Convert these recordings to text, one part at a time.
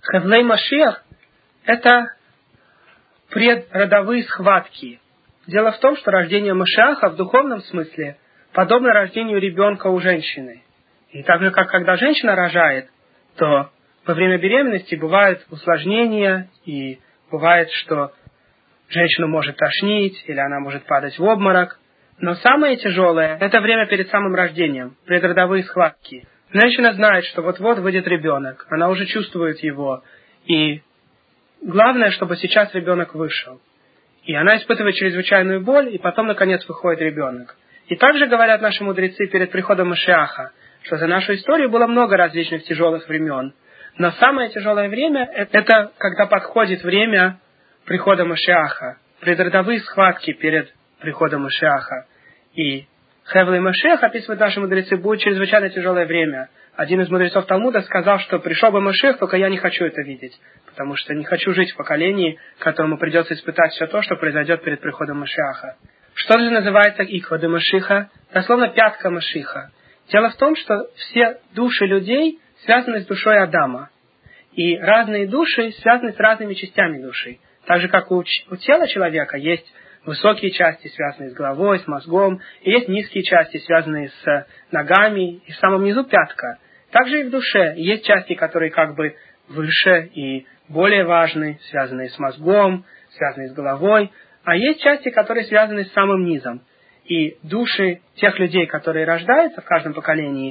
Хевлей Машиах – это предродовые схватки. Дело в том, что рождение Машиаха в духовном смысле подобно рождению ребенка у женщины. И так же, как когда женщина рожает, то во время беременности бывают усложнения, и бывает, что женщину может тошнить, или она может падать в обморок. Но самое тяжелое – это время перед самым рождением, предродовые схватки. Женщина знает, что вот-вот выйдет ребенок, она уже чувствует его, и главное, чтобы сейчас ребенок вышел. И она испытывает чрезвычайную боль, и потом, наконец, выходит ребенок. И также говорят наши мудрецы перед приходом Машиаха, что за нашу историю было много различных тяжелых времен. Но самое тяжелое время – это когда подходит время прихода Машиаха, предродовые схватки перед приходом Машиаха. И Хевлей Машиах, описывают наши мудрецы, будет чрезвычайно тяжелое время. Один из мудрецов Талмуда сказал, что пришел бы Машиах, только я не хочу это видеть, потому что не хочу жить в поколении, которому придется испытать все то, что произойдет перед приходом Машиаха. Что же называется иква де Машиха? Дословно пятка Машиха. Дело в том, что все души людей связаны с душой Адама. И разные души связаны с разными частями души. Так же, как у тела человека есть высокие части, связанные с головой, с мозгом, и есть низкие части, связанные с ногами, и в самом низу пятка. Также и в душе есть части, которые как бы выше и более важны, связанные с мозгом, связанные с головой, а есть части, которые связаны с самым низом. И души тех людей, которые рождаются в каждом поколении,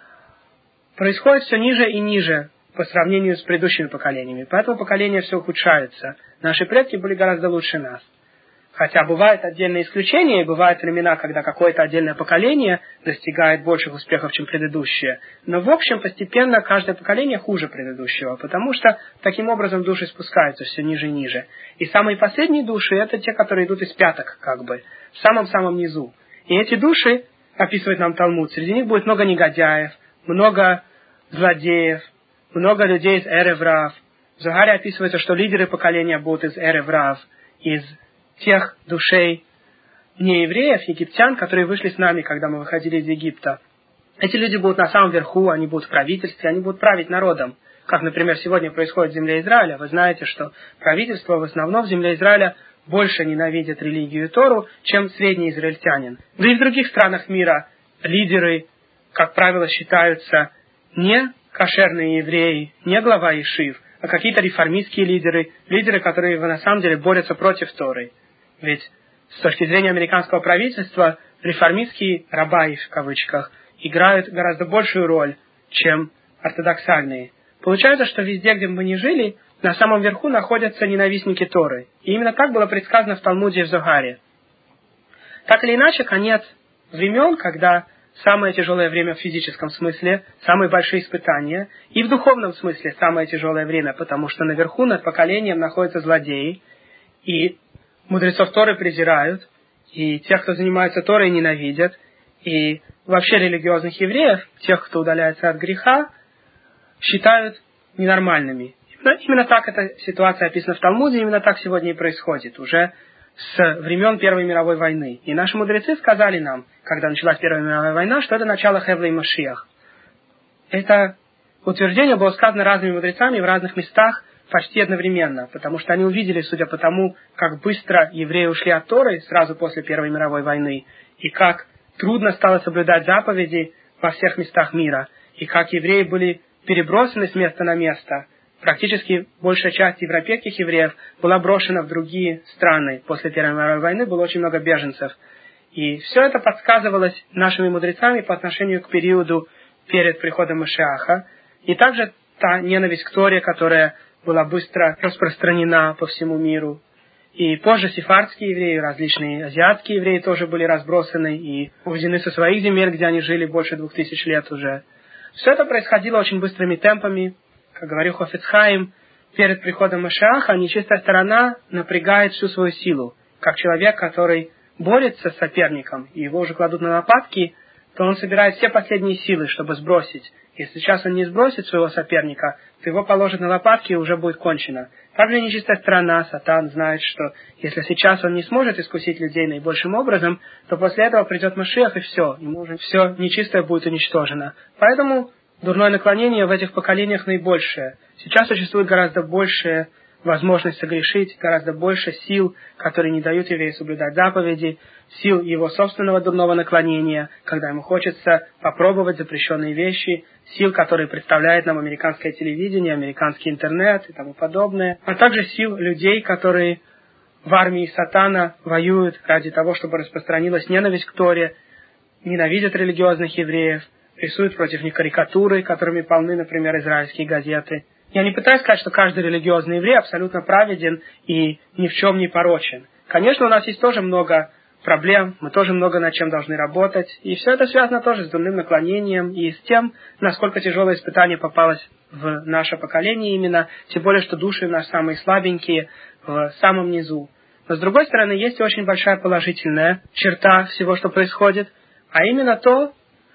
происходят все ниже и ниже по сравнению с предыдущими поколениями. Поэтому поколения все ухудшаются. Наши предки были гораздо лучше нас. Хотя бывают отдельные исключения, и бывают времена, когда какое-то отдельное поколение достигает больших успехов, чем предыдущее. Но в общем, постепенно каждое поколение хуже предыдущего, потому что таким образом души спускаются все ниже и ниже. И самые последние души – это те, которые идут из пяток, как бы, в самом-самом низу. И эти души, описывает нам Талмуд, среди них будет много негодяев, много злодеев, много людей из Эрев Рав. В Зогаре описывается, что лидеры поколения будут из Эрев Рав, из тех душей неевреев, египтян, которые вышли с нами, когда мы выходили из Египта. Эти люди будут на самом верху, они будут в правительстве, они будут править народом. Как, например, сегодня происходит в земле Израиля. Вы знаете, что правительство в основном в земле Израиля больше ненавидит религию и Тору, чем средний израильтянин. Да и в других странах мира лидеры, как правило, считаются не кошерные евреи, не глава ешив, а какие-то реформистские лидеры, лидеры, которые на самом деле борются против Торы. Ведь с точки зрения американского правительства реформистские рабаи, в кавычках, играют гораздо большую роль, чем ортодоксальные. Получается, что везде, где бы мы ни жили, на самом верху находятся ненавистники Торы. И именно так было предсказано в Талмуде и в Зогаре. Так или иначе, конец времен, когда самое тяжелое время в физическом смысле, самые большие испытания, и в духовном смысле самое тяжелое время, потому что наверху над поколением находятся злодеи, и мудрецов Торы презирают, и тех, кто занимается Торой, ненавидят, и вообще религиозных евреев, тех, кто удаляется от греха, считают ненормальными. Именно так эта ситуация описана в Талмуде, именно так сегодня и происходит, уже с времен Первой мировой войны. И наши мудрецы сказали нам, когда началась Первая мировая война, что это начало Хевлей Машиах. Это утверждение было сказано разными мудрецами в разных местах почти одновременно, потому что они увидели, судя по тому, как быстро евреи ушли от Торы сразу после Первой мировой войны, и как трудно стало соблюдать заповеди во всех местах мира, и как евреи были перебросены с места на место. Практически большая часть европейских евреев была брошена в другие страны. После Первой мировой войны было очень много беженцев. И все это подсказывалось нашими мудрецами по отношению к периоду перед приходом Машиаха. И также та ненависть к Торе, которая была быстро распространена по всему миру. И позже сефардские евреи, различные азиатские евреи тоже были разбросаны и увезены со своих земель, где они жили больше 2000 лет уже. Все это происходило очень быстрыми темпами. Как говорил Хафец Хаим, перед приходом Машиаха нечистая сторона напрягает всю свою силу. Как человек, который борется с соперником, и его уже кладут на лопатки, то он собирает все последние силы, чтобы сбросить. Если сейчас он не сбросит своего соперника, то его положат на лопатки и уже будет кончено. Также нечистая сторона, Сатан, знает, что если сейчас он не сможет искусить людей наибольшим образом, то после этого придет Машиах и все, ему уже все нечистое будет уничтожено. Поэтому дурное наклонение в этих поколениях наибольшее. Сейчас существует гораздо большая возможность согрешить, гораздо больше сил, которые не дают еврею соблюдать заповеди, сил его собственного дурного наклонения, когда ему хочется попробовать запрещенные вещи, сил, которые представляет нам американское телевидение, американский интернет и тому подобное, а также сил людей, которые в армии сатана воюют ради того, чтобы распространилась ненависть к Торе, ненавидят религиозных евреев, рисуют против них карикатуры, которыми полны, например, израильские газеты. Я не пытаюсь сказать, что каждый религиозный еврей абсолютно праведен и ни в чем не порочен. Конечно, у нас есть тоже много проблем, мы тоже много над чем должны работать, и все это связано тоже с дурным наклонением и с тем, насколько тяжелое испытание попалось в наше поколение именно, тем более, что души у нас самые слабенькие, в самом низу. Но с другой стороны, есть очень большая положительная черта всего, что происходит, а именно то,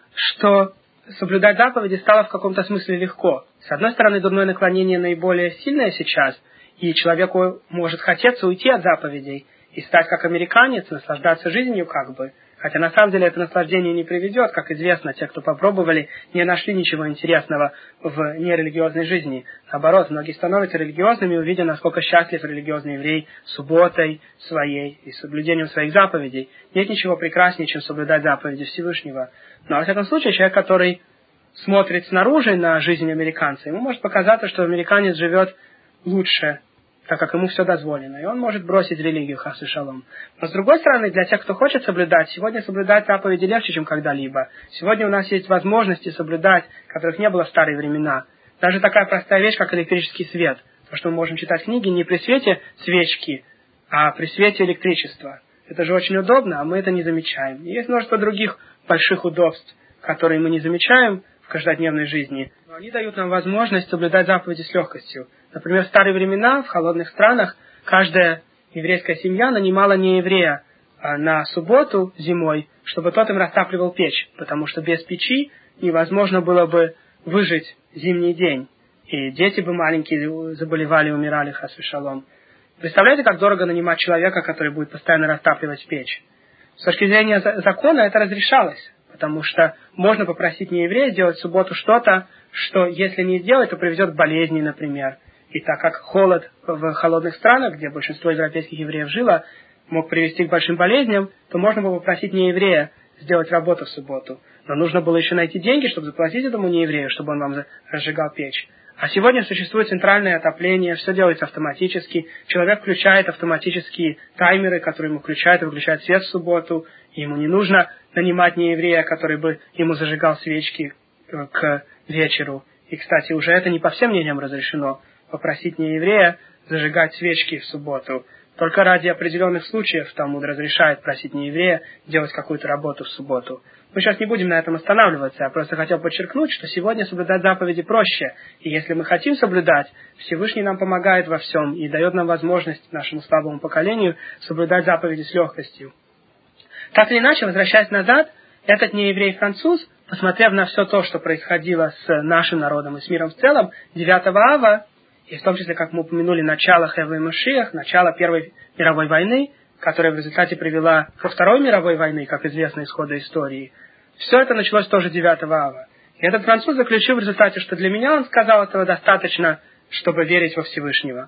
что соблюдать заповеди стало в каком-то смысле легко. С одной стороны, дурное наклонение наиболее сильное сейчас, и человеку может хотеться уйти от заповедей и стать как американец, наслаждаться жизнью как бы. Хотя на самом деле это наслаждение не приведет, как известно, те, кто попробовали, не нашли ничего интересного в нерелигиозной жизни. Наоборот, многие становятся религиозными, увидя, насколько счастлив религиозный еврей субботой своей и соблюдением своих заповедей. Нет ничего прекраснее, чем соблюдать заповеди Всевышнего. Но, во всяком случае, человек, который смотрит снаружи на жизнь американца, ему может показаться, что американец живет лучше, так как ему все дозволено, и он может бросить религию, хас и шалом. Но с другой стороны, для тех, кто хочет соблюдать, сегодня соблюдать заповеди легче, чем когда-либо. Сегодня у нас есть возможности соблюдать, которых не было в старые времена. Даже такая простая вещь, как электрический свет. То, что мы можем читать книги не при свете свечки, а при свете электричества. Это же очень удобно, а мы это не замечаем. И есть множество других больших удобств, которые мы не замечаем в каждодневной жизни, но они дают нам возможность соблюдать заповеди с легкостью. Например, в старые времена, в холодных странах, каждая еврейская семья нанимала нееврея на субботу зимой, чтобы тот им растапливал печь, потому что без печи невозможно было бы выжить зимний день. И дети бы маленькие заболевали, умирали, хас вешалом. Представляете, как дорого нанимать человека, который будет постоянно растапливать печь? С точки зрения закона это разрешалось, потому что можно попросить нееврея сделать в субботу что-то, что, если не сделать, то приведет к болезни, например. И так как холод в холодных странах, где большинство европейских евреев жило, мог привести к большим болезням, то можно было попросить нееврея сделать работу в субботу. Но нужно было еще найти деньги, чтобы заплатить этому нееврею, чтобы он вам разжигал печь. А сегодня существует центральное отопление, все делается автоматически. Человек включает автоматические таймеры, которые ему включают и выключают свет в субботу. И ему не нужно нанимать нееврея, который бы ему зажигал свечки к вечеру. И, кстати, уже это не по всем мнениям разрешено, попросить нееврея зажигать свечки в субботу. Только ради определенных случаев Талмуд разрешает просить нееврея делать какую-то работу в субботу. Мы сейчас не будем на этом останавливаться, я просто хотел подчеркнуть, что сегодня соблюдать заповеди проще. И если мы хотим соблюдать, Всевышний нам помогает во всем и дает нам возможность нашему слабому поколению соблюдать заповеди с легкостью. Так или иначе, возвращаясь назад, этот нееврей-француз, посмотрев на все то, что происходило с нашим народом и с миром в целом, 9 ава, и в том числе, как мы упомянули, начало Хевы Машиах, начало Первой мировой войны, которая в результате привела ко Второй мировой войны, как известно из хода истории, все это началось тоже 9 ава. И этот француз заключил в результате, что для меня, он сказал, этого достаточно, чтобы верить во Всевышнего.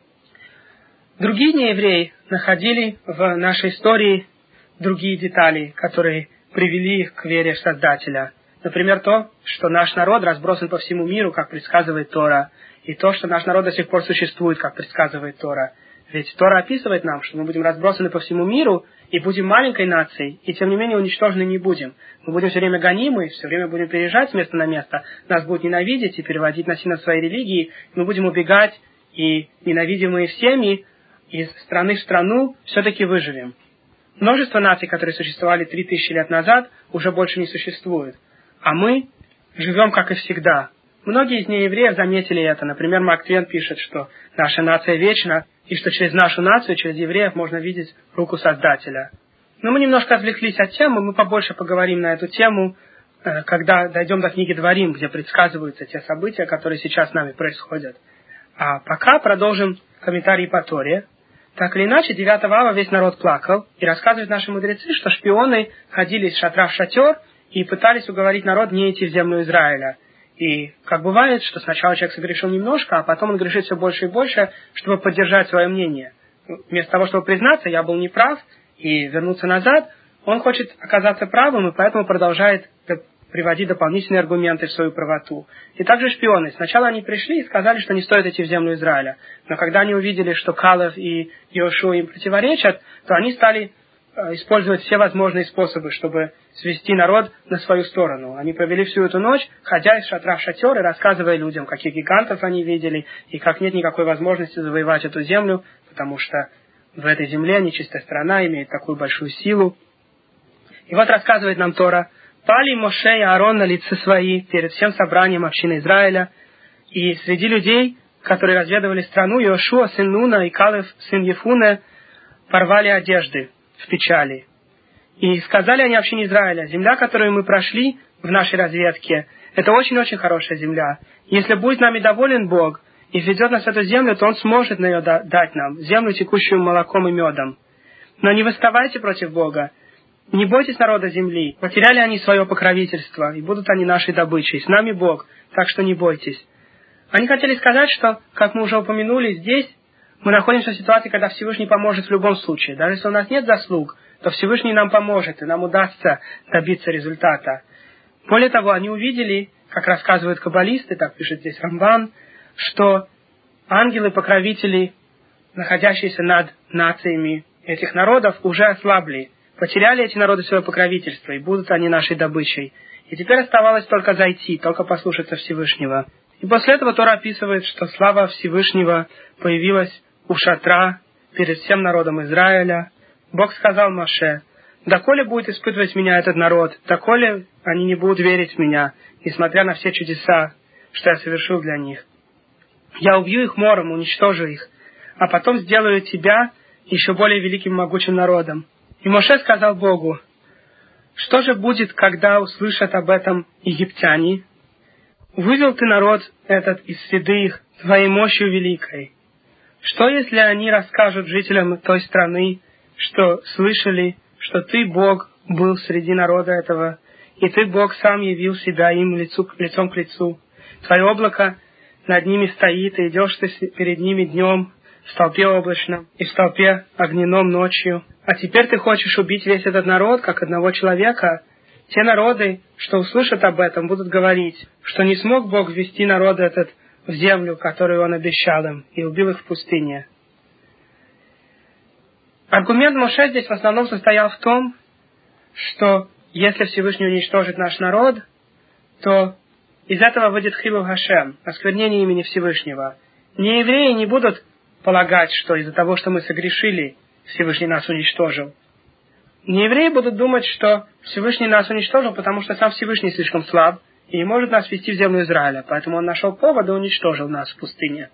Другие неевреи находили в нашей истории другие детали, которые привели их к вере в Создателя. Например, то, что наш народ разбросан по всему миру, как предсказывает Тора, и то, что наш народ до сих пор существует, как предсказывает Тора. Ведь Тора описывает нам, что мы будем разбросаны по всему миру и будем маленькой нацией, и тем не менее уничтожены не будем. Мы будем все время гонимы, все время будем переезжать с места на место, нас будут ненавидеть и переводить на сильно своей религии, мы будем убегать, и ненавидимые всеми из страны в страну все-таки выживем. Множество наций, которые существовали 3000 лет назад, уже больше не существует. А мы живем, как и всегда. Многие из неевреев заметили это. Например, Марк Твен пишет, что наша нация вечна, и что через нашу нацию, через евреев, можно видеть руку Создателя. Но мы немножко отвлеклись от темы, мы побольше поговорим на эту тему, когда дойдем до книги Дворим, где предсказываются те события, которые сейчас с нами происходят. А пока продолжим комментарий по Торе. Так или иначе, 9 ава весь народ плакал, и рассказывают наши мудрецы, что шпионы ходили из шатра в шатер и пытались уговорить народ не идти в землю Израиля. И как бывает, что сначала человек согрешил немножко, а потом он грешит все больше и больше, чтобы поддержать свое мнение. Вместо того, чтобы признаться, я был неправ, и вернуться назад, он хочет оказаться правым, и поэтому продолжает приводить дополнительные аргументы в свою правоту. И также шпионы. Сначала они пришли и сказали, что не стоит идти в землю Израиля. Но когда они увидели, что Калев и Йошуа им противоречат, то они стали использовать все возможные способы, чтобы свести народ на свою сторону. Они провели всю эту ночь, ходя из шатра в шатер и рассказывая людям, каких гигантов они видели, и как нет никакой возможности завоевать эту землю, потому что в этой земле нечистая страна имеет такую большую силу. И вот рассказывает нам Тора: «Пали Моше и Аарон на лица свои перед всем собранием общины Израиля, и среди людей, которые разведывали страну, Йошуа, сын Нуна, и Калев, сын Ефуне, порвали одежды в печали. И сказали они общине Израиля: земля, которую мы прошли в нашей разведке, это очень-очень хорошая земля. Если будет нами доволен Бог и введет нас в эту землю, то Он сможет на ее дать нам, землю, текущую молоком и медом. Но не восставайте против Бога, не бойтесь народа земли. Потеряли они свое покровительство, и будут они нашей добычей. С нами Бог, так что не бойтесь». Они хотели сказать, что, как мы уже упомянули, здесь мы находимся в ситуации, когда Всевышний поможет в любом случае. Даже если у нас нет заслуг, то Всевышний нам поможет, и нам удастся добиться результата. Более того, они увидели, как рассказывают каббалисты, так пишет здесь Рамбан, что ангелы-покровители, находящиеся над нациями этих народов, уже ослабли. Потеряли эти народы свое покровительство, и будут они нашей добычей. И теперь оставалось только зайти, только послушаться Всевышнего. И после этого Тора описывает, что слава Всевышнего появилась у шатра перед всем народом Израиля. Бог сказал Моше: «Доколе будет испытывать меня этот народ, доколе они не будут верить в меня, несмотря на все чудеса, что я совершил для них. Я убью их мором, уничтожу их, а потом сделаю тебя еще более великим и могучим народом». И Моше сказал Богу: «Что же будет, когда услышат об этом египтяне? Вывел ты народ этот из среды их твоей мощью великой. Что, если они расскажут жителям той страны, что слышали, что ты, Бог, был среди народа этого, и ты, Бог, сам явил себя им лицом к лицу? Твое облако над ними стоит, и идешь ты перед ними днем в столпе облачном и в столпе огненном ночью. А теперь ты хочешь убить весь этот народ, как одного человека? Те народы, что услышат об этом, будут говорить, что не смог Бог ввести народ этот в землю, которую Он обещал им, и убил их в пустыне». Аргумент Моше здесь в основном состоял в том, что если Всевышний уничтожит наш народ, то из этого выйдет хилув Хашем, осквернение имени Всевышнего. Неевреи не будут полагать, что из-за того, что мы согрешили, Всевышний нас уничтожил. Неевреи будут думать, что Всевышний нас уничтожил, потому что сам Всевышний слишком слаб и не может нас ввести в землю Израиля, поэтому он нашел повод и уничтожил нас в пустыне.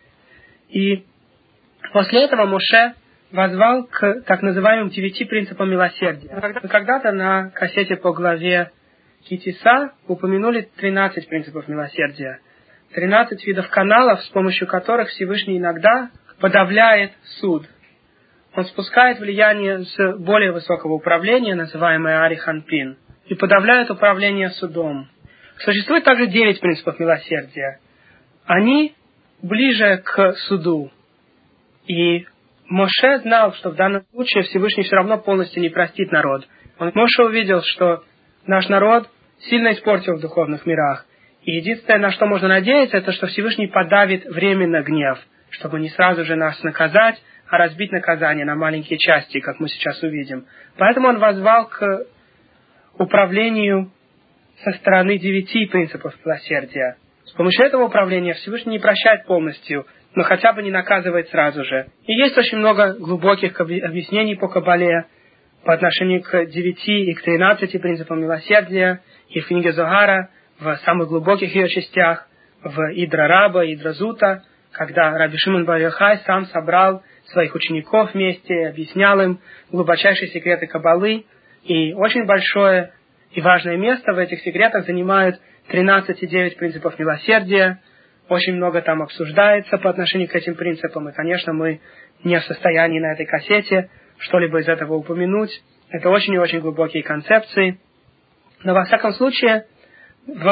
И после этого Моше воззвал к так называемым 9 принципам милосердия. Когда-то на кассете по главе Китиса упомянули 13 принципов милосердия. 13 видов каналов, с помощью которых Всевышний иногда подавляет суд. Он спускает влияние с более высокого управления, называемое Ариханпин, и подавляет управление судом. Существует также 9 принципов милосердия. Они ближе к суду. И Моше знал, что в данном случае Всевышний все равно полностью не простит народ. Моше увидел, что наш народ сильно испортил в духовных мирах. И единственное, на что можно надеяться, это что Всевышний подавит временно гнев, чтобы не сразу же нас наказать, а разбить наказание на маленькие части, как мы сейчас увидим. Поэтому он воззвал к управлению со стороны 9 принципов милосердия. С помощью этого управления Всевышний не прощает полностью, но хотя бы не наказывает сразу же. И есть очень много глубоких объяснений по Кабале по отношению к 9 и к 13 принципам милосердия, и в книге Зоара, в самых глубоких ее частях, в Идра Раба, Идра Зута, когда Раби Шимон бар Йохай сам собрал своих учеников вместе и объяснял им глубочайшие секреты Кабалы. И очень большое и важное место в этих секретах занимают 13,9 принципов милосердия. Очень много там обсуждается по отношению к этим принципам. И, конечно, мы не в состоянии на этой кассете что-либо из этого упомянуть. Это очень и очень глубокие концепции. Но, во всяком случае, в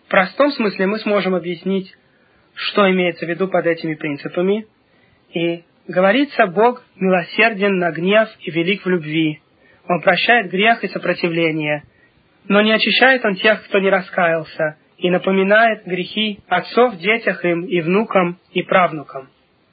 простом смысле мы сможем объяснить, что имеется в виду под этими принципами. И говорится, Бог милосерден на гнев и велик в любви. Он прощает грех и сопротивление, но не очищает Он тех, кто не раскаялся, и напоминает грехи отцов детях им, и внукам, и правнукам.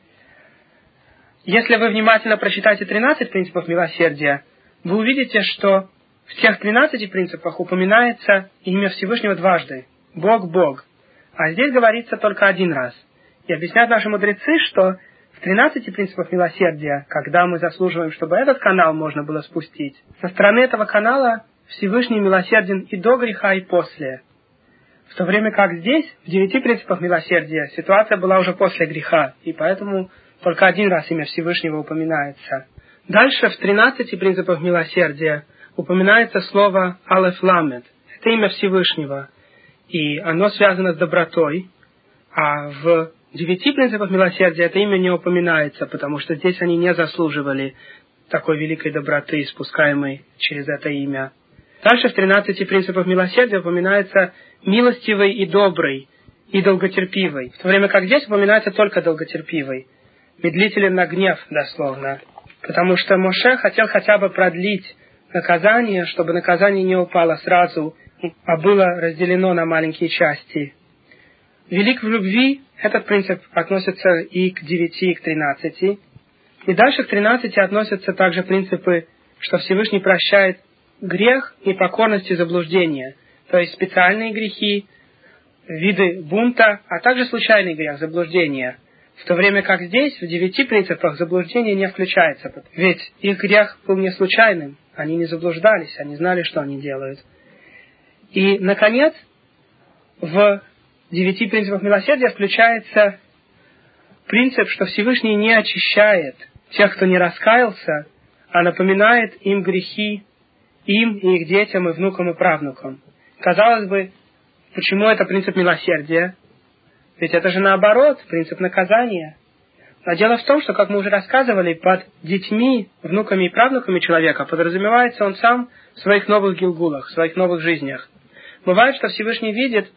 Если вы внимательно прочитаете 13 принципов милосердия, вы увидите, что в тех 13 принципах упоминается имя Всевышнего дважды. Бог, Бог. А здесь говорится только один раз. И объясняют наши мудрецы, что в 13 принципах милосердия, когда мы заслуживаем, чтобы этот канал можно было спустить, со стороны этого канала Всевышний милосерден и до греха, и после. В то время как здесь, в 9 принципах милосердия, ситуация была уже после греха, и поэтому только один раз имя Всевышнего упоминается. Дальше в 13 принципах милосердия упоминается слово «алеф ламед». Это имя Всевышнего, и оно связано с добротой, а в 9 принципах милосердия это имя не упоминается, потому что здесь они не заслуживали такой великой доброты, спускаемой через это имя. Дальше в 13 принципах милосердия упоминается милостивый и добрый, и долготерпивый, в то время как здесь упоминается только долготерпивый, медлителен на гнев, дословно. Потому что Моше хотел хотя бы продлить наказание, чтобы наказание не упало сразу, а было разделено на маленькие части. Велик в любви, этот принцип относится и к 9, и к 13. И дальше к 13 относятся также принципы, что Всевышний прощает грех, непокорность и заблуждение, то есть специальные грехи, виды бунта, а также случайный грех, заблуждение. В то время как здесь, в 9 принципах, заблуждение не включается. Ведь их грех был не случайным, они не заблуждались, они знали, что они делают. И, наконец, в 9 принципах милосердия включается принцип, что Всевышний не очищает тех, кто не раскаялся, а напоминает им грехи, им и их детям, и внукам, и правнукам. Казалось бы, почему это принцип милосердия? Ведь это же наоборот, принцип наказания. Но дело в том, что, как мы уже рассказывали, под детьми, внуками и правнуками человека подразумевается он сам в своих новых гилгулах, в своих новых жизнях. Бывает, что Всевышний видит,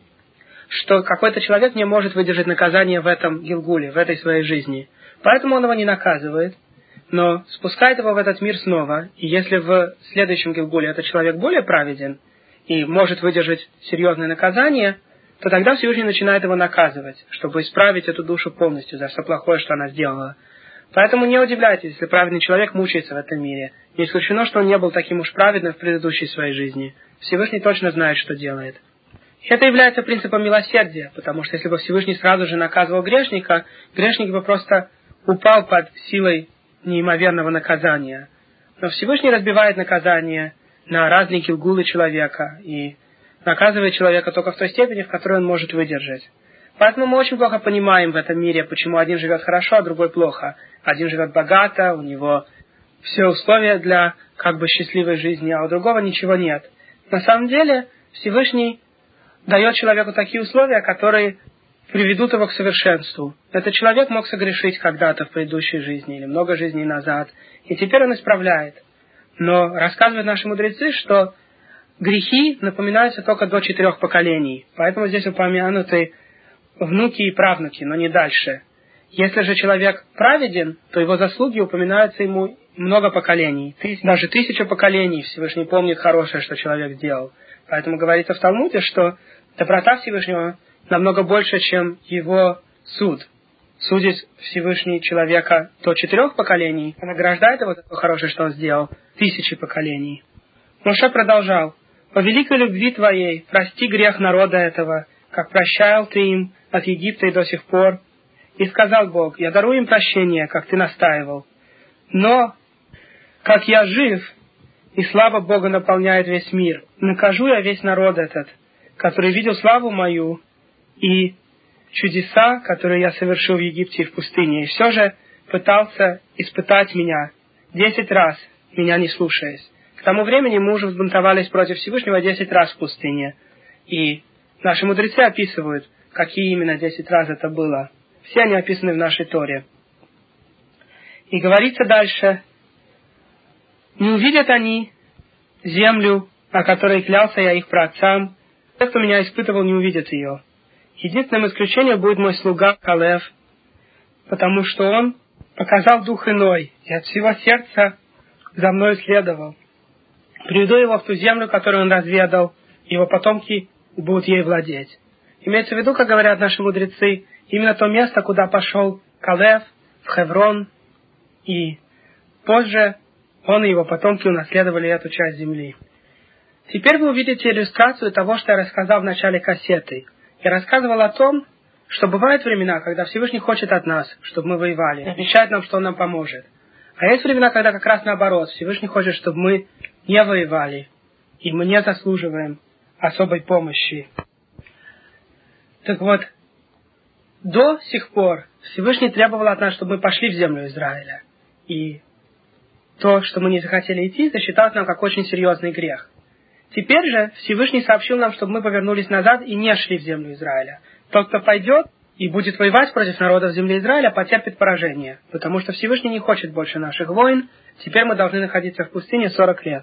что какой-то человек не может выдержать наказание в этом гилгуле, в этой своей жизни. Поэтому он его не наказывает, но спускает его в этот мир снова. И если в следующем гилгуле этот человек более праведен и может выдержать серьезное наказание, то тогда Всевышний начинает его наказывать, чтобы исправить эту душу полностью за все плохое, что она сделала. Поэтому не удивляйтесь, если праведный человек мучается в этом мире. Не исключено, что он не был таким уж праведным в предыдущей своей жизни. Всевышний точно знает, что делает. И это является принципом милосердия, потому что если бы Всевышний сразу же наказывал грешника, грешник бы просто упал под силой неимоверного наказания. Но Всевышний разбивает наказание на разные гилгулы человека и наказывает человека только в той степени, в которой он может выдержать. Поэтому мы очень плохо понимаем в этом мире, почему один живет хорошо, а другой плохо. Один живет богато, у него все условия для счастливой жизни, а у другого ничего нет. На самом деле Всевышний дает человеку такие условия, которые приведут его к совершенству. Этот человек мог согрешить когда-то в предыдущей жизни или много жизней назад, и теперь он исправляет. Но рассказывают наши мудрецы, что грехи напоминаются только до 4 поколений, поэтому здесь упомянуты внуки и правнуки, но не дальше. Если же человек праведен, то его заслуги упоминаются ему много поколений, даже 1000 поколений Всевышний помнит хорошее, что человек сделал. Поэтому говорится в Талмуде, что доброта Всевышнего намного больше, чем его суд. Судит Всевышний человека до 4 поколений, а награждает его за то хорошее, что он сделал, 1000 поколений. Моше продолжал: «По великой любви твоей прости грех народа этого, как прощал ты им от Египта и до сих пор. И сказал Бог: я дарую им прощение, как ты настаивал. Но, как я жив, и слава Бога наполняет весь мир, накажу я весь народ этот, который видел славу мою и чудеса, которые я совершил в Египте и в пустыне, и все же пытался испытать меня 10 раз, меня не слушаясь. К тому времени мы уже взбунтовались против Всевышнего 10 раз в пустыне. И наши мудрецы описывают, какие именно 10 раз это было. Все они описаны в нашей Торе. И говорится дальше: не увидят они землю, о которой клялся я их праотцам, Те, кто меня испытывал, не увидят ее. Единственным исключением будет мой слуга Калев, потому что он показал дух иной и от всего сердца за мной следовал. Приведу его в ту землю, которую он разведал, его потомки будут ей владеть. Имеется в виду, как говорят наши мудрецы, именно то место, куда пошел Калев, в Хеврон, и позже он и его потомки унаследовали эту часть земли. Теперь вы увидите иллюстрацию того, что я рассказал в начале кассеты. Я рассказывал о том, что бывают времена, когда Всевышний хочет от нас, чтобы мы воевали, обещает нам, что он нам поможет. А есть времена, когда как раз наоборот, Всевышний хочет, чтобы мы не воевали, и мы не заслуживаем особой помощи. Так вот, до сих пор Всевышний требовал от нас, чтобы мы пошли в землю Израиля. И то, что мы не захотели идти, засчиталось нам как очень серьезный грех. Теперь же Всевышний сообщил нам, чтобы мы повернулись назад и не шли в землю Израиля. Тот, кто пойдет и будет воевать против народов земли Израиля, потерпит поражение, потому что Всевышний не хочет больше наших войн. Теперь мы должны находиться в пустыне 40 лет.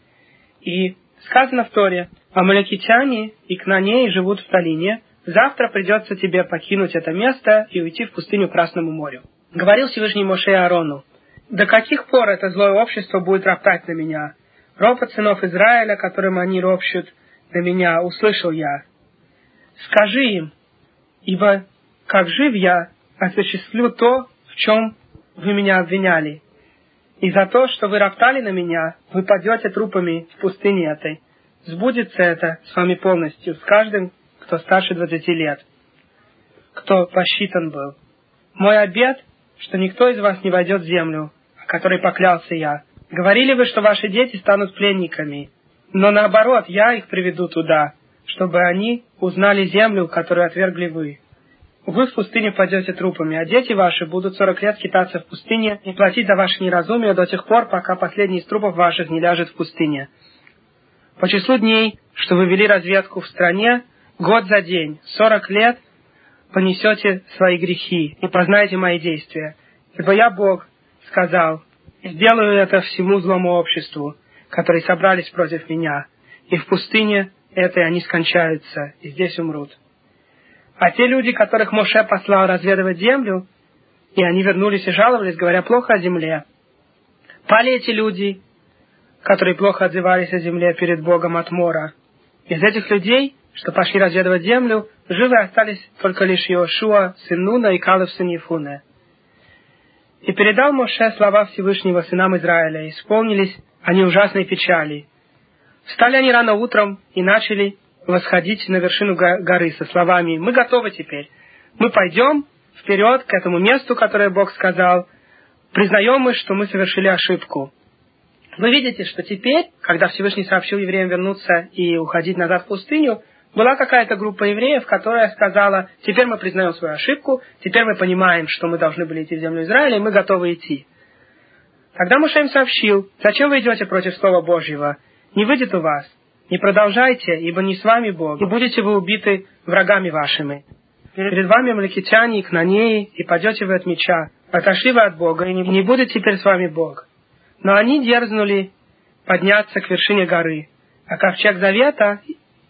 И сказано в Торе: амалекитяне и кнанеи живут в долине. Завтра придется тебе покинуть это место и уйти в пустыню к Красному морю. Говорил Всевышний Моше и Аарону: до каких пор это злое общество будет роптать на меня? Ропот сынов Израиля, которым они ропщут на меня, услышал я. Скажи им, ибо как жив я, осуществлю то, в чем вы меня обвиняли. И за то, что вы роптали на меня, вы падете трупами в пустыне этой. Сбудется это с вами полностью, с каждым, кто старше 20 лет, кто посчитан был. Мой обет, что никто из вас не войдет в землю, о которой поклялся я. Говорили вы, что ваши дети станут пленниками, но наоборот, я их приведу туда, чтобы они узнали землю, которую отвергли вы. Вы в пустыне падете трупами, а дети ваши будут 40 лет скитаться в пустыне и платить за ваше неразумие до тех пор, пока последний из трупов ваших не ляжет в пустыне. По числу дней, что вы вели разведку в стране, год за день, 40 лет понесете свои грехи и познаете мои действия. Ибо я, Бог, сказал: сделаю это всему злому обществу, которые собрались против меня, и в пустыне этой они скончаются, и здесь умрут. А те люди, которых Моше послал разведывать землю, и они вернулись и жаловались, говоря плохо о земле, пали эти люди, которые плохо отзывались о земле перед Богом от Мора. Из этих людей, что пошли разведывать землю, живы остались только лишь Йошуа, сын Нуна, и Калев, сын Ефуне. И передал Моше слова Всевышнего сынам Израиля, и исполнились они ужасной печали. Встали они рано утром и начали восходить на вершину горы со словами: «Мы готовы теперь, мы пойдем вперед к этому месту, которое Бог сказал, признаем мы, что мы совершили ошибку». Вы видите, что теперь, когда Всевышний сообщил евреям вернуться и уходить назад в пустыню, была какая-то группа евреев, которая сказала: теперь мы признаем свою ошибку, теперь мы понимаем, что мы должны были идти в землю Израиля, и мы готовы идти. Тогда Моше им сообщил: зачем вы идете против Слова Божьего? Не выйдет у вас. Не продолжайте, ибо не с вами Бог, и будете вы убиты врагами вашими. Перед вами амалекитяне и кнанеи, и падете вы от меча. Отошли вы от Бога, и не будет теперь с вами Бог. Но они дерзнули подняться к вершине горы, а ковчег завета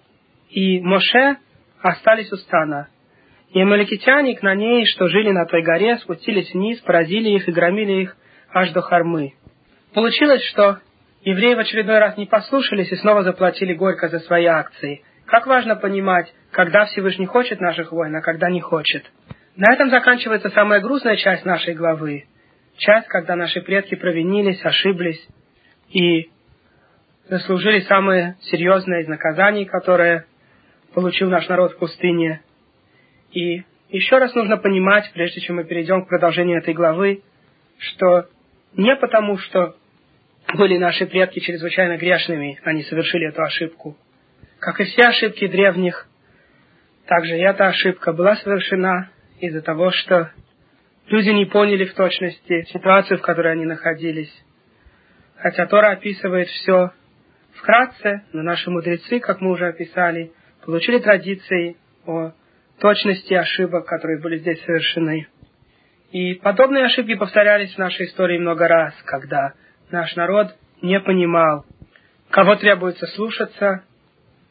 и Моше остались у стана. И амалекитяне и кнанеи, что жили на той горе, спустились вниз, поразили их и громили их аж до Хормы. Получилось, что евреи в очередной раз не послушались и снова заплатили горько за свои акции. Как важно понимать, когда Всевышний хочет наших войн, а когда не хочет. На этом заканчивается самая грустная часть нашей главы. Часть, когда наши предки провинились, ошиблись и заслужили самые серьезные из наказаний, которые получил наш народ в пустыне. И еще раз нужно понимать, прежде чем мы перейдем к продолжению этой главы, что не потому, что были наши предки чрезвычайно грешными, они совершили эту ошибку. Как и все ошибки древних, также и эта ошибка была совершена из-за того, что люди не поняли в точности ситуацию, в которой они находились. Хотя Тора описывает все вкратце, но наши мудрецы, как мы уже описали, получили традиции о точности ошибок, которые были здесь совершены. И подобные ошибки повторялись в нашей истории много раз, когда наш народ не понимал, кого требуется слушаться,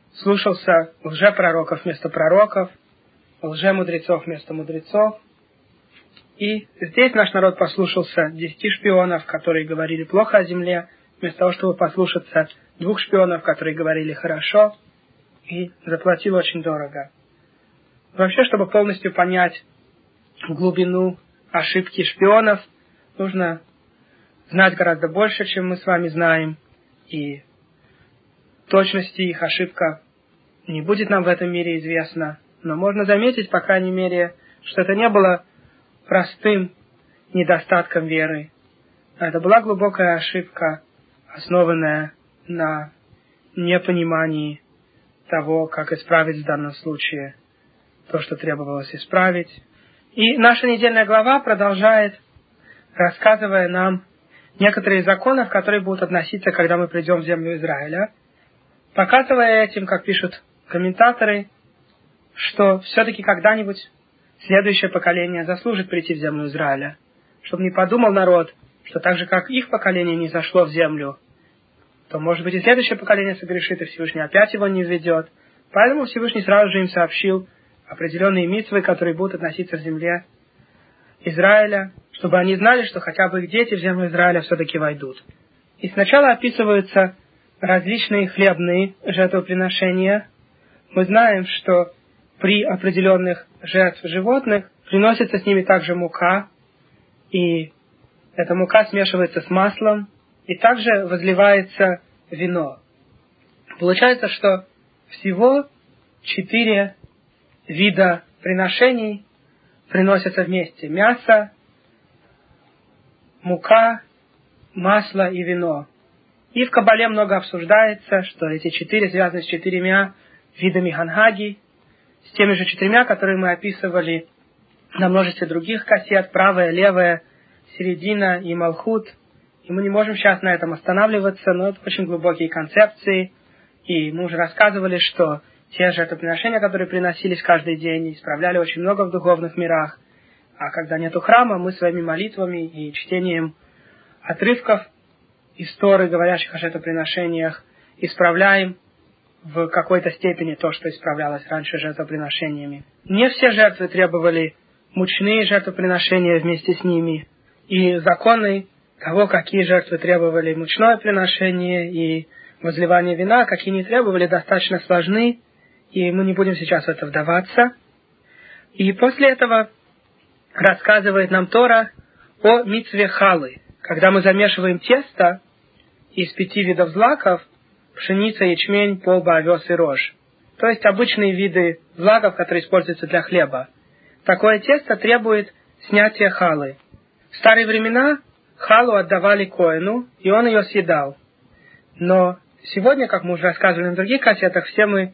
слушался лжепророков вместо пророков, лжемудрецов вместо мудрецов. И здесь наш народ послушался 10 шпионов, которые говорили плохо о земле, вместо того, чтобы послушаться 2 шпионов, которые говорили хорошо, и заплатил очень дорого. Вообще, чтобы полностью понять глубину ошибки шпионов, нужно знать гораздо больше, чем мы с вами знаем, и точности их ошибка не будет нам в этом мире известна, но можно заметить, по крайней мере, что это не было простым недостатком веры, а это была глубокая ошибка, основанная на непонимании того, как исправить в данном случае то, что требовалось исправить. И наша недельная глава продолжает, рассказывая нам некоторые законы, которые будут относиться, когда мы придем в землю Израиля, показывая этим, как пишут комментаторы, что все-таки когда-нибудь следующее поколение заслужит прийти в землю Израиля, чтобы не подумал народ, что так же, как их поколение не зашло в землю, то, может быть, и следующее поколение согрешит, и Всевышний опять его не введет. Поэтому Всевышний сразу же им сообщил определенные мицвы, которые будут относиться к земле Израиля, чтобы они знали, что хотя бы их дети в землю Израиля все-таки войдут. И сначала описываются различные хлебные жертвоприношения. Мы знаем, что при определенных жертв животных приносится с ними также мука, и эта мука смешивается с маслом, и также возливается вино. Получается, что всего 4 вида приношений приносятся вместе: мясо, мука, масло и вино. И в Кабале много обсуждается, что эти 4 связаны с 4 видами гангаги, с теми же 4, которые мы описывали на множестве других кассет: правая, левая, середина и малхут. И мы не можем сейчас на этом останавливаться, но это очень глубокие концепции. И мы уже рассказывали, что те жертвоприношения, которые приносились каждый день, исправляли очень много в духовных мирах. А когда нету храма, мы своими молитвами и чтением отрывков из Торы, говорящих о жертвоприношениях, исправляем в какой-то степени то, что исправлялось раньше жертвоприношениями. Не все жертвы требовали мучные жертвоприношения вместе с ними. И законы того, какие жертвы требовали мучное приношение и возливание вина, какие не требовали, достаточно сложны, и мы не будем сейчас в это вдаваться. И после этого рассказывает нам Тора о мицве халы, когда мы замешиваем тесто из 5 видов злаков: пшеница, ячмень, полба, овес и рожь. То есть обычные виды злаков, которые используются для хлеба. Такое тесто требует снятия халы. В старые времена халу отдавали коэну, и он ее съедал. Но сегодня, как мы уже рассказывали на других кассетах, все мы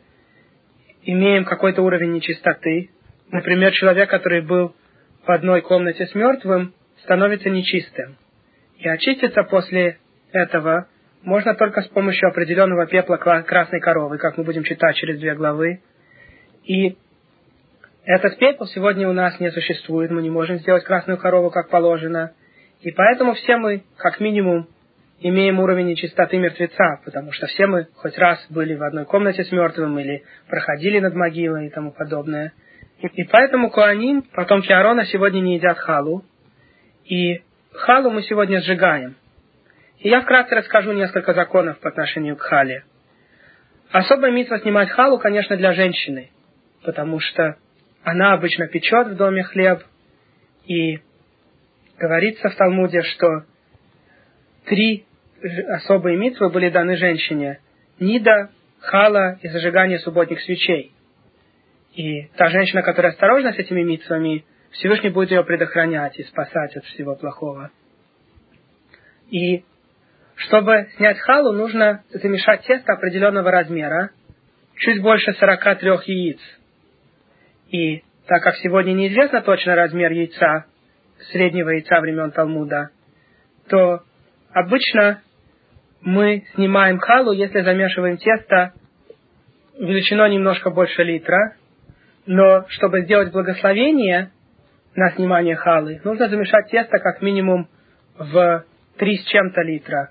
имеем какой-то уровень нечистоты. Например, человек, который был в одной комнате с мертвым, становится нечистым. И очиститься после этого можно только с помощью определенного пепла красной коровы, как мы будем читать через 2 главы. И этот пепел сегодня у нас не существует, мы не можем сделать красную корову как положено. И поэтому все мы, как минимум, имеем уровень нечистоты мертвеца, потому что все мы хоть раз были в одной комнате с мертвым или проходили над могилой и тому подобное. И поэтому коаним, потомки Аарона, сегодня не едят халу. И халу мы сегодня сжигаем. И я вкратце расскажу несколько законов по отношению к хале. Особая мицва снимать халу, конечно, для женщины, потому что она обычно печет в доме хлеб, и говорится в Талмуде, что 3 особые мицвы были даны женщине: нида, хала и зажигание субботних свечей. И та женщина, которая осторожна с этими мицвами, Всевышний будет ее предохранять и спасать от всего плохого. И чтобы снять халу, нужно замешать тесто определенного размера, чуть больше 43 яиц. И так как сегодня неизвестно точно размер яйца, среднего яйца времен Талмуда, то обычно мы снимаем халу, если замешиваем тесто величиной немножко больше литра. Но чтобы сделать благословение на снимание халы, нужно замешать тесто как минимум в 3 с чем-то литра.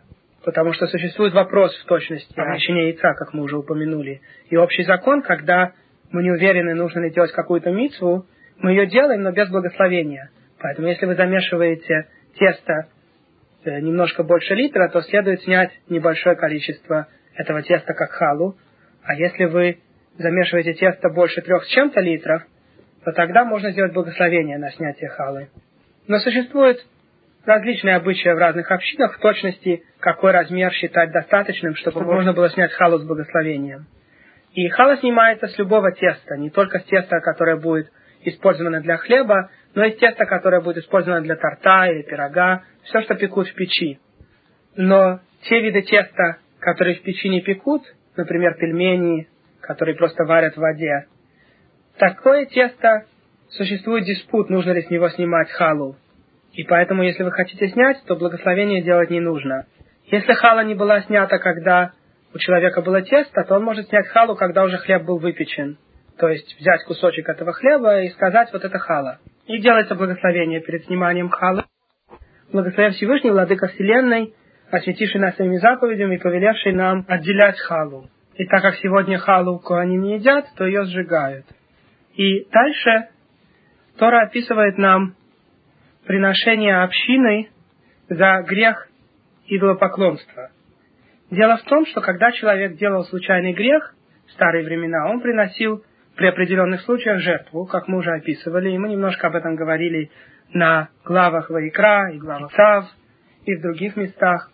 потому что существует вопрос в точности о величине яйца, как мы уже упомянули. И общий закон, когда мы не уверены, нужно ли делать какую-то мицву, мы ее делаем, но без благословения. Поэтому если вы замешиваете тесто немножко больше литра, то следует снять небольшое количество этого теста как халу. А если вы замешиваете тесто больше 3 с чем-то литров, то тогда можно сделать благословение на снятие халы. Но существует различные обычаи в разных общинах, в точности, какой размер считать достаточным, чтобы можно было снять халу с благословением. И хала снимается с любого теста, не только с теста, которое будет использовано для хлеба, но и с теста, которое будет использовано для торта или пирога, все, что пекут в печи. Но те виды теста, которые в печи не пекут, например, пельмени, которые просто варят в воде, такое тесто, существует диспут, нужно ли с него снимать халу. И поэтому, если вы хотите снять, то благословение делать не нужно. Если хала не была снята, когда у человека было тесто, то он может снять халу, когда уже хлеб был выпечен. То есть взять кусочек этого хлеба и сказать, вот это хала. И делается благословение перед сниманием халы. Благословен Всевышний, Владыка Вселенной, осветивший нас своими заповедями и повелевший нам отделять халу. И так как сегодня халу коаним не едят, то ее сжигают. И дальше Тора описывает нам приношение общины за грех идолопоклонства. Дело в том, что когда человек делал случайный грех в старые времена, он приносил при определенных случаях жертву, как мы уже описывали, и мы немножко об этом говорили на главах Ваикра и главах Цав и в других местах.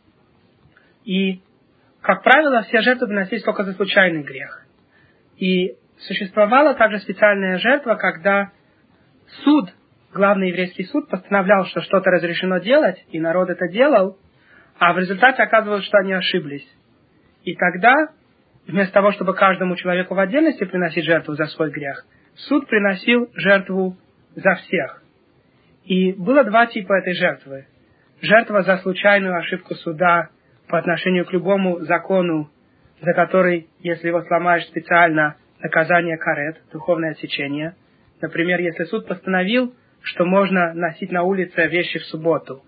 И, как правило, все жертвы приносились только за случайный грех. И существовала также специальная жертва, когда суд, главный еврейский суд, постановлял, что что-то разрешено делать, и народ это делал, а в результате оказывалось, что они ошиблись. И тогда, вместо того, чтобы каждому человеку в отдельности приносить жертву за свой грех, суд приносил жертву за всех. И было 2 типа этой жертвы. Жертва за случайную ошибку суда по отношению к любому закону, за который, если его сломаешь специально, наказание карет, духовное отсечение. Например, если суд постановил, что можно носить на улице вещи в субботу.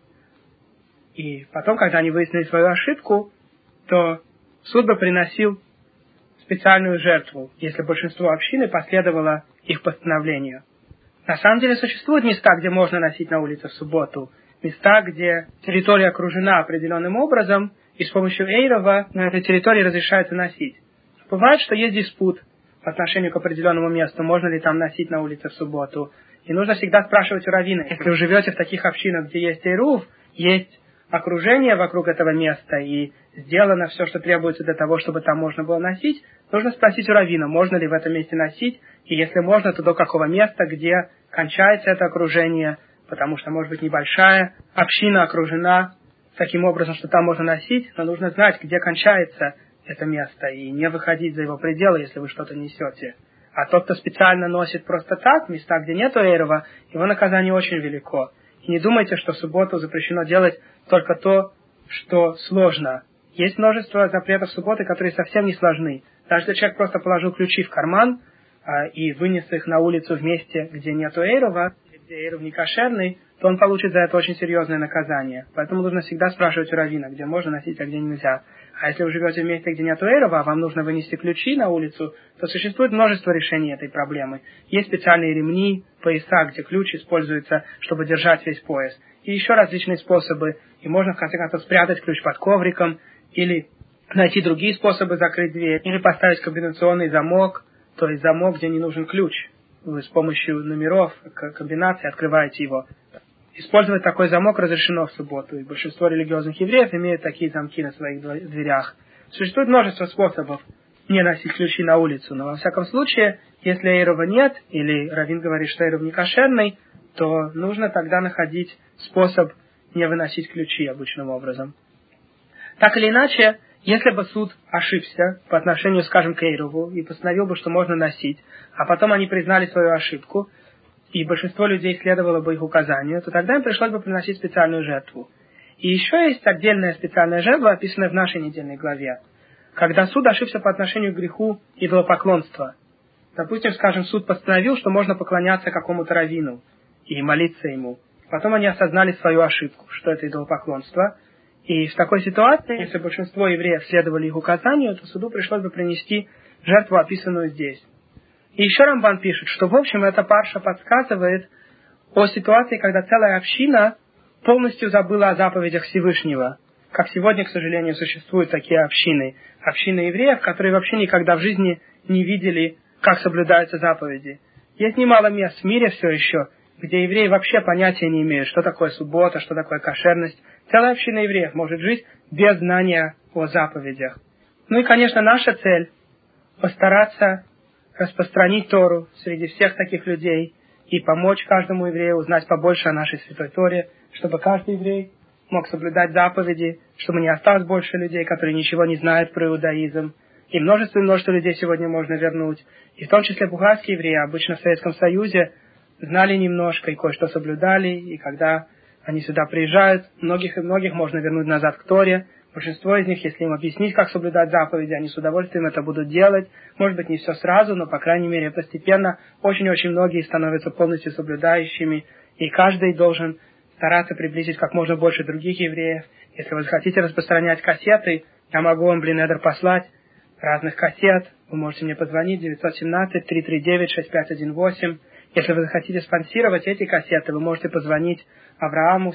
И потом, когда они выяснили свою ошибку, то суд бы приносил специальную жертву, если большинство общины последовало их постановлению. На самом деле существуют места, где можно носить на улице в субботу. Места, где территория окружена определенным образом, и с помощью эйрова на этой территории разрешается носить. Бывает, что есть диспут по отношению к определенному месту, можно ли там носить на улице в субботу. И нужно всегда спрашивать у раввина. Если вы живете в таких общинах, где есть эйрув, есть окружение вокруг этого места, и сделано все, что требуется для того, чтобы там можно было носить, нужно спросить у раввина, можно ли в этом месте носить, и если можно, то до какого места, где кончается это окружение, потому что, может быть, небольшая община окружена таким образом, что там можно носить, но нужно знать, где кончается это место, и не выходить за его пределы, если вы что-то несете. А тот, кто специально носит просто так, места, где нету эйрова, его наказание очень велико. И не думайте, что в субботу запрещено делать только то, что сложно. Есть множество запретов субботы, которые совсем не сложны. Даже если человек просто положил ключи в карман и вынес их на улицу в месте, где нету эйрова, где эйров не кошерный, то он получит за это очень серьезное наказание. Поэтому нужно всегда спрашивать у раввина, где можно носить, а где нельзя. А если вы живете в месте, где нету эйрова, а вам нужно вынести ключи на улицу, то существует множество решений этой проблемы. Есть специальные ремни, пояса, где ключ используется, чтобы держать весь пояс. И еще различные способы. И можно, в конце концов, спрятать ключ под ковриком, или найти другие способы закрыть дверь, или поставить комбинационный замок, то есть замок, где не нужен ключ. Вы с помощью номеров, комбинаций открываете его. Использовать такой замок разрешено в субботу, и большинство религиозных евреев имеют такие замки на своих дверях. Существует множество способов не носить ключи на улицу, но во всяком случае, если эйрова нет, или раввин говорит, что эйров не кошерный, то нужно тогда находить способ не выносить ключи обычным образом. Так или иначе, если бы суд ошибся по отношению, скажем, к эйрову и постановил бы, что можно носить, а потом они признали свою ошибку, и большинство людей следовало бы их указанию, то тогда им пришлось бы приносить специальную жертву. И еще есть отдельная специальная жертва, описанная в нашей недельной главе, когда суд ошибся по отношению к греху идолопоклонства. Допустим, скажем, суд постановил, что можно поклоняться какому-то раввину и молиться ему. Потом они осознали свою ошибку, что это идолопоклонство, И в такой ситуации, если большинство евреев следовали их указанию, то суду пришлось бы принести жертву, описанную здесь. И еще Рамбан пишет, что в общем эта парша подсказывает о ситуации, когда целая община полностью забыла о заповедях Всевышнего. Как сегодня, к сожалению, существуют такие общины. Общины евреев, которые вообще никогда в жизни не видели, как соблюдаются заповеди. Есть немало мест в мире все еще, где евреи вообще понятия не имеют, что такое суббота, что такое кошерность. Целая община евреев может жить без знания о заповедях. Ну и, конечно, наша цель – постараться распространить Тору среди всех таких людей и помочь каждому еврею узнать побольше о нашей Святой Торе, чтобы каждый еврей мог соблюдать заповеди, чтобы не осталось больше людей, которые ничего не знают про иудаизм. И множество людей сегодня можно вернуть. И в том числе бухарские евреи, обычно в Советском Союзе, знали немножко и кое-что соблюдали. И когда они сюда приезжают, многих можно вернуть назад к Торе. Большинство из них, если им объяснить, как соблюдать заповеди, они с удовольствием это будут делать. Может быть, не все сразу, но, по крайней мере, постепенно очень-очень многие становятся полностью соблюдающими. И каждый должен стараться приблизить как можно больше других евреев. Если вы захотите распространять кассеты, я могу вам Блинедер послать разных кассет. Вы можете мне позвонить 917-339-6518. Если вы захотите спонсировать эти кассеты, вы можете позвонить Аврааму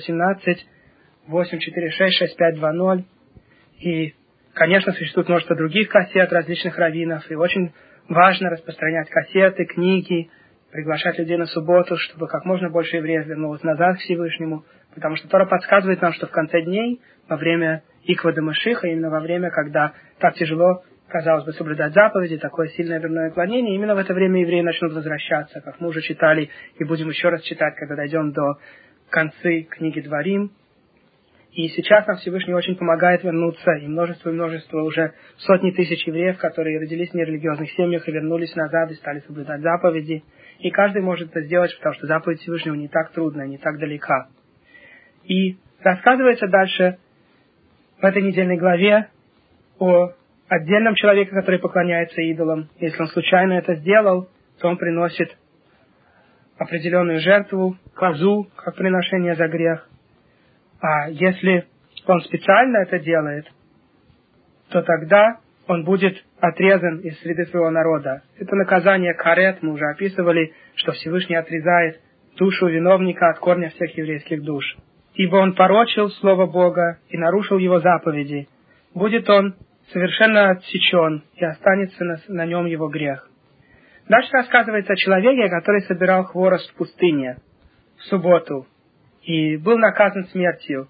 718-846-6520. И, конечно, существует множество других кассет различных раввинов. И очень важно распространять кассеты, книги, приглашать людей на субботу, чтобы как можно больше евреев вернулось назад к Всевышнему. Потому что Тора подсказывает нам, что в конце дней, во время Иквода Машиха, именно во время, когда так тяжело, казалось бы, соблюдать заповеди, такое сильное временное клонение, именно в это время евреи начнут возвращаться, как мы уже читали и будем еще раз читать, когда дойдем до концы книги Дворим. И сейчас нам Всевышний очень помогает вернуться, и множество уже сотни тысяч евреев, которые родились в нерелигиозных семьях и вернулись назад и стали соблюдать заповеди. И каждый может это сделать, потому что заповедь Всевышнего не так трудная, не так далека. И рассказывается дальше в этой недельной главе о отдельном человеке, который поклоняется идолам. Если он случайно это сделал, то он приносит определенную жертву, козу, как приношение за грех. А если он специально это делает, то тогда он будет отрезан из среды своего народа. Это наказание карет, мы уже описывали, что Всевышний отрезает душу виновника от корня всех еврейских душ. Ибо он порочил слово Бога и нарушил его заповеди. Будет он совершенно отсечен, и останется на нем его грех. Дальше рассказывается о человеке, который собирал хворост в пустыне в субботу и был наказан смертью.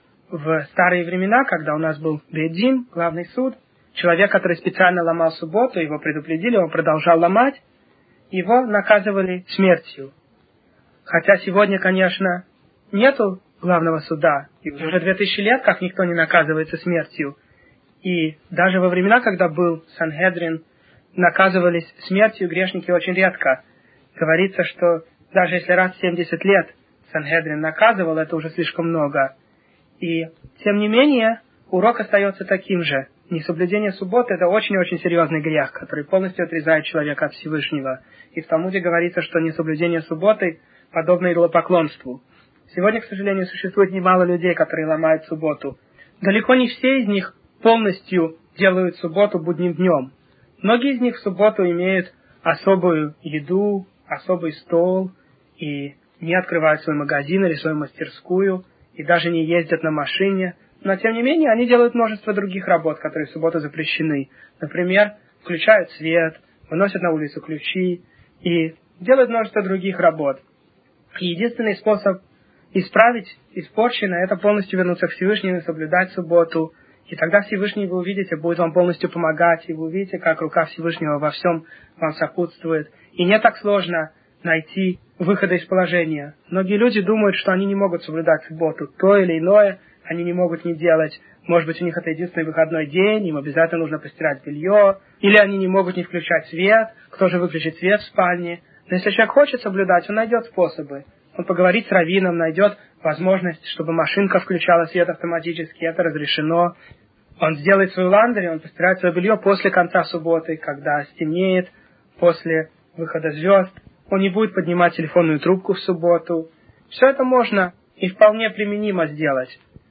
В старые времена, когда у нас был Бейт-Дин, главный суд, человек, который специально ломал субботу, его предупредили, он продолжал ломать, его наказывали смертью. Хотя сегодня, конечно, нету главного суда, и уже 2000 лет, как никто не наказывается смертью. И даже во времена, когда был Сангедрин, наказывались смертью грешники очень редко. Говорится, что даже если раз в 70 лет Сангедрин наказывал, это уже слишком много. И, тем не менее, урок остается таким же. Несоблюдение субботы – это очень-очень серьезный грех, который полностью отрезает человека от Всевышнего. И в Талмуде говорится, что несоблюдение субботы подобно идолопоклонству. Сегодня, к сожалению, существует немало людей, которые ломают субботу. Далеко не все из них полностью делают субботу будним днем. Многие из них в субботу имеют особую еду, особый стол, и не открывают свой магазин или свою мастерскую, и даже не ездят на машине. Но, тем не менее, они делают множество других работ, которые в субботу запрещены. Например, включают свет, выносят на улицу ключи и делают множество других работ. И единственный способ исправить испорченное – это полностью вернуться к Всевышнему и соблюдать субботу. И тогда Всевышний, вы увидите, будет вам полностью помогать, и вы увидите, как рука Всевышнего во всем вам сопутствует. И не так сложно найти выхода из положения. Многие люди думают, что они не могут соблюдать субботу. То или иное они не могут не делать. Может быть, у них это единственный выходной день, им обязательно нужно постирать белье. Или они не могут не включать свет. Кто же выключит свет в спальне? Но если человек хочет соблюдать, он найдет способы. Он поговорит с раввином, найдет возможность, чтобы машинка включала свет автоматически, это разрешено. Он сделает свою ландри, он постирает свое белье после конца субботы, когда стемнеет, после выхода звезд. Он не будет поднимать телефонную трубку в субботу. Все это можно и вполне применимо сделать.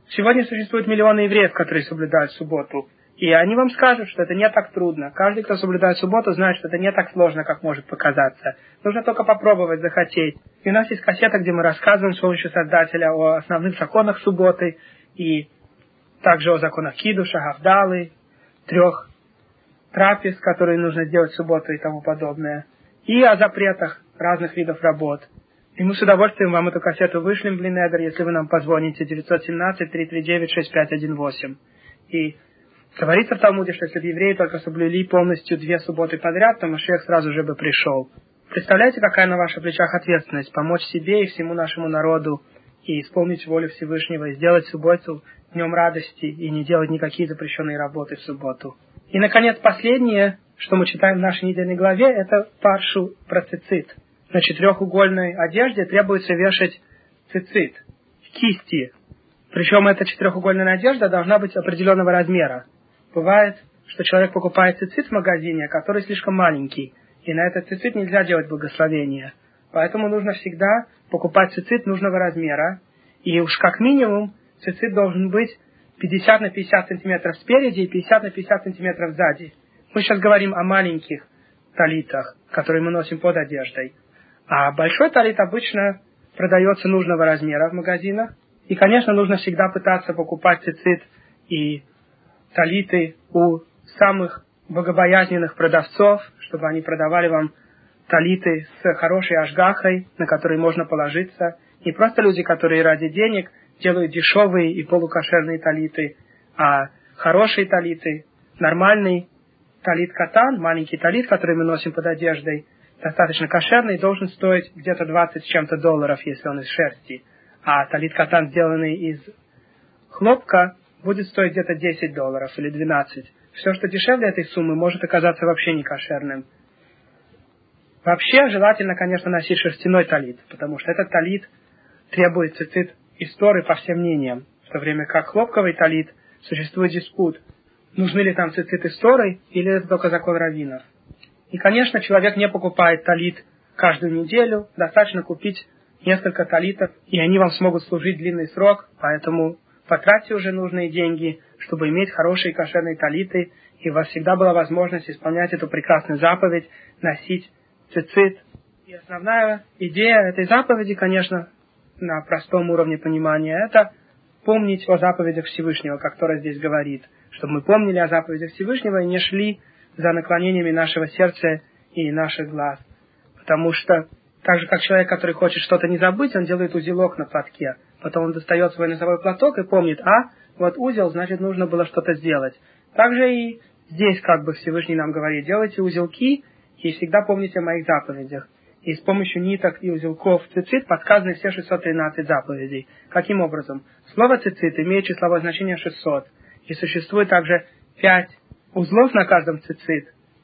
Сегодня существует миллионы евреев, которые соблюдают субботу. И они вам скажут, что это не так трудно. Каждый, кто соблюдает субботу, знает, что это не так сложно, как может показаться. Нужно только попробовать, захотеть. И у нас есть кассета, где мы рассказываем с помощью создателя о основных законах субботы, и также о законах кидуша, гавдалы, 3 трапез, которые нужно делать в субботу и тому подобное. И о запретах разных видов работ. И мы с удовольствием вам эту кассету вышлем, Блинедер, если вы нам позвоните, 917-339-6518. И говорится в Талмуде, что если бы евреи только соблюли полностью 2 субботы подряд, то Машиах сразу же бы пришел. Представляете, какая на ваших плечах ответственность? Помочь себе и всему нашему народу, и исполнить волю Всевышнего, и сделать субботу днем радости, и не делать никакие запрещенные работы в субботу. И, наконец, последнее, что мы читаем в нашей недельной главе, это паршу про цицит. На 4-угольной одежде требуется вешать цицит, кисти. Причем эта 4-угольная одежда должна быть определенного размера. Бывает, что человек покупает цицит в магазине, который слишком маленький, и на этот цицит нельзя делать благословение. Поэтому нужно всегда покупать цицит нужного размера, и уж как минимум цицит должен быть 50 на 50 сантиметров спереди и 50 на 50 сантиметров сзади. Мы сейчас говорим о маленьких талитах, которые мы носим под одеждой. А большой талит обычно продается нужного размера в магазинах. И, конечно, нужно всегда пытаться покупать цицит и талиты у самых богобоязненных продавцов, чтобы они продавали вам талиты с хорошей ашгахой, на которые можно положиться. Не просто люди, которые ради денег делают дешевые и полукошерные талиты, а хорошие талиты, нормальный талит катан, маленький талит, который мы носим под одеждой, достаточно кошерный, должен стоить где-то 20 с чем-то долларов, если он из шерсти. А талит катан, сделанный из хлопка, будет стоить где-то 10 долларов или 12. Все, что дешевле этой суммы, может оказаться вообще не кошерным. Вообще, желательно, конечно, носить шерстяной талит, потому что этот талит требует цицит из Торы по всем мнениям, в то время как хлопковый талит существует диспут, нужны ли там цицит из Торы или это только закон раввинов. И, конечно, человек не покупает талит каждую неделю, достаточно купить несколько талитов, и они вам смогут служить длинный срок, поэтому потратьте уже нужные деньги, чтобы иметь хорошие кошерные талиты, и у вас всегда была возможность исполнять эту прекрасную заповедь, носить цицит. И основная идея этой заповеди, конечно, на простом уровне понимания, это помнить о заповедях Всевышнего, как Тора здесь говорит, чтобы мы помнили о заповедях Всевышнего и не шли за наклонениями нашего сердца и наших глаз. Потому что так же, как человек, который хочет что-то не забыть, он делает узелок на платке. Потом он достает свой носовой платок и помнит, вот узел, значит, нужно было что-то сделать. Также и здесь как бы Всевышний нам говорит, делайте узелки и всегда помните о моих заповедях. И с помощью ниток и узелков цицит подсказаны все 613 заповедей. Каким образом? Слово цицит имеет числовое значение 600. И существует также 5 узлов на каждом цицит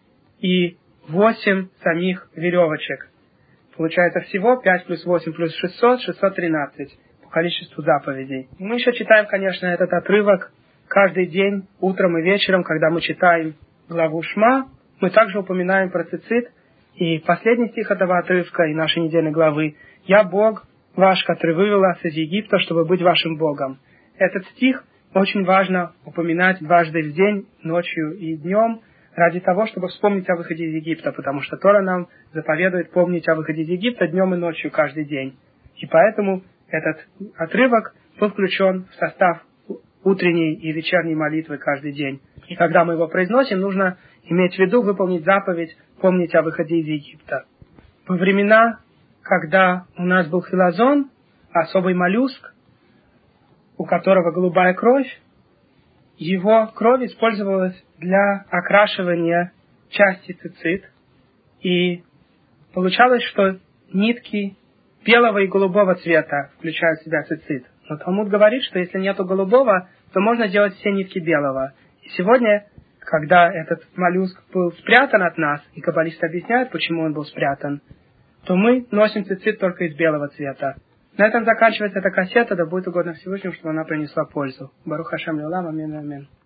и 8 самих веревочек. Получается всего 5 плюс 8 плюс 600, 613 по количеству заповедей. И мы еще читаем, конечно, этот отрывок каждый день, утром и вечером, когда мы читаем главу Шма, мы также упоминаем про цицит. И последний стих этого отрывка и нашей недельной главы «Я Бог ваш, который вывел вас из Египта, чтобы быть вашим Богом». Этот стих очень важно упоминать дважды в день, ночью и днем, ради того, чтобы вспомнить о выходе из Египта, потому что Тора нам заповедует помнить о выходе из Египта днем и ночью каждый день. И поэтому этот отрывок был включен в состав утренней и вечерней молитвы каждый день. И когда мы его произносим, нужно иметь в виду выполнить заповедь, помнить о выходе из Египта. Во времена, когда у нас был хилазон, особый моллюск, у которого голубая кровь, его кровь использовалась для окрашивания части цицит, и получалось, что нитки белого и голубого цвета включают в себя цицит. Но Талмуд говорит, что если нету голубого, то можно делать все нитки белого. И сегодня, когда этот моллюск был спрятан от нас, и каббалисты объясняют, почему он был спрятан, то мы носим цицит только из белого цвета. На этом заканчивается эта кассета, да будет угодно Всевышнему, чтобы она принесла пользу. Барух Хашем Леулам, амин, амин.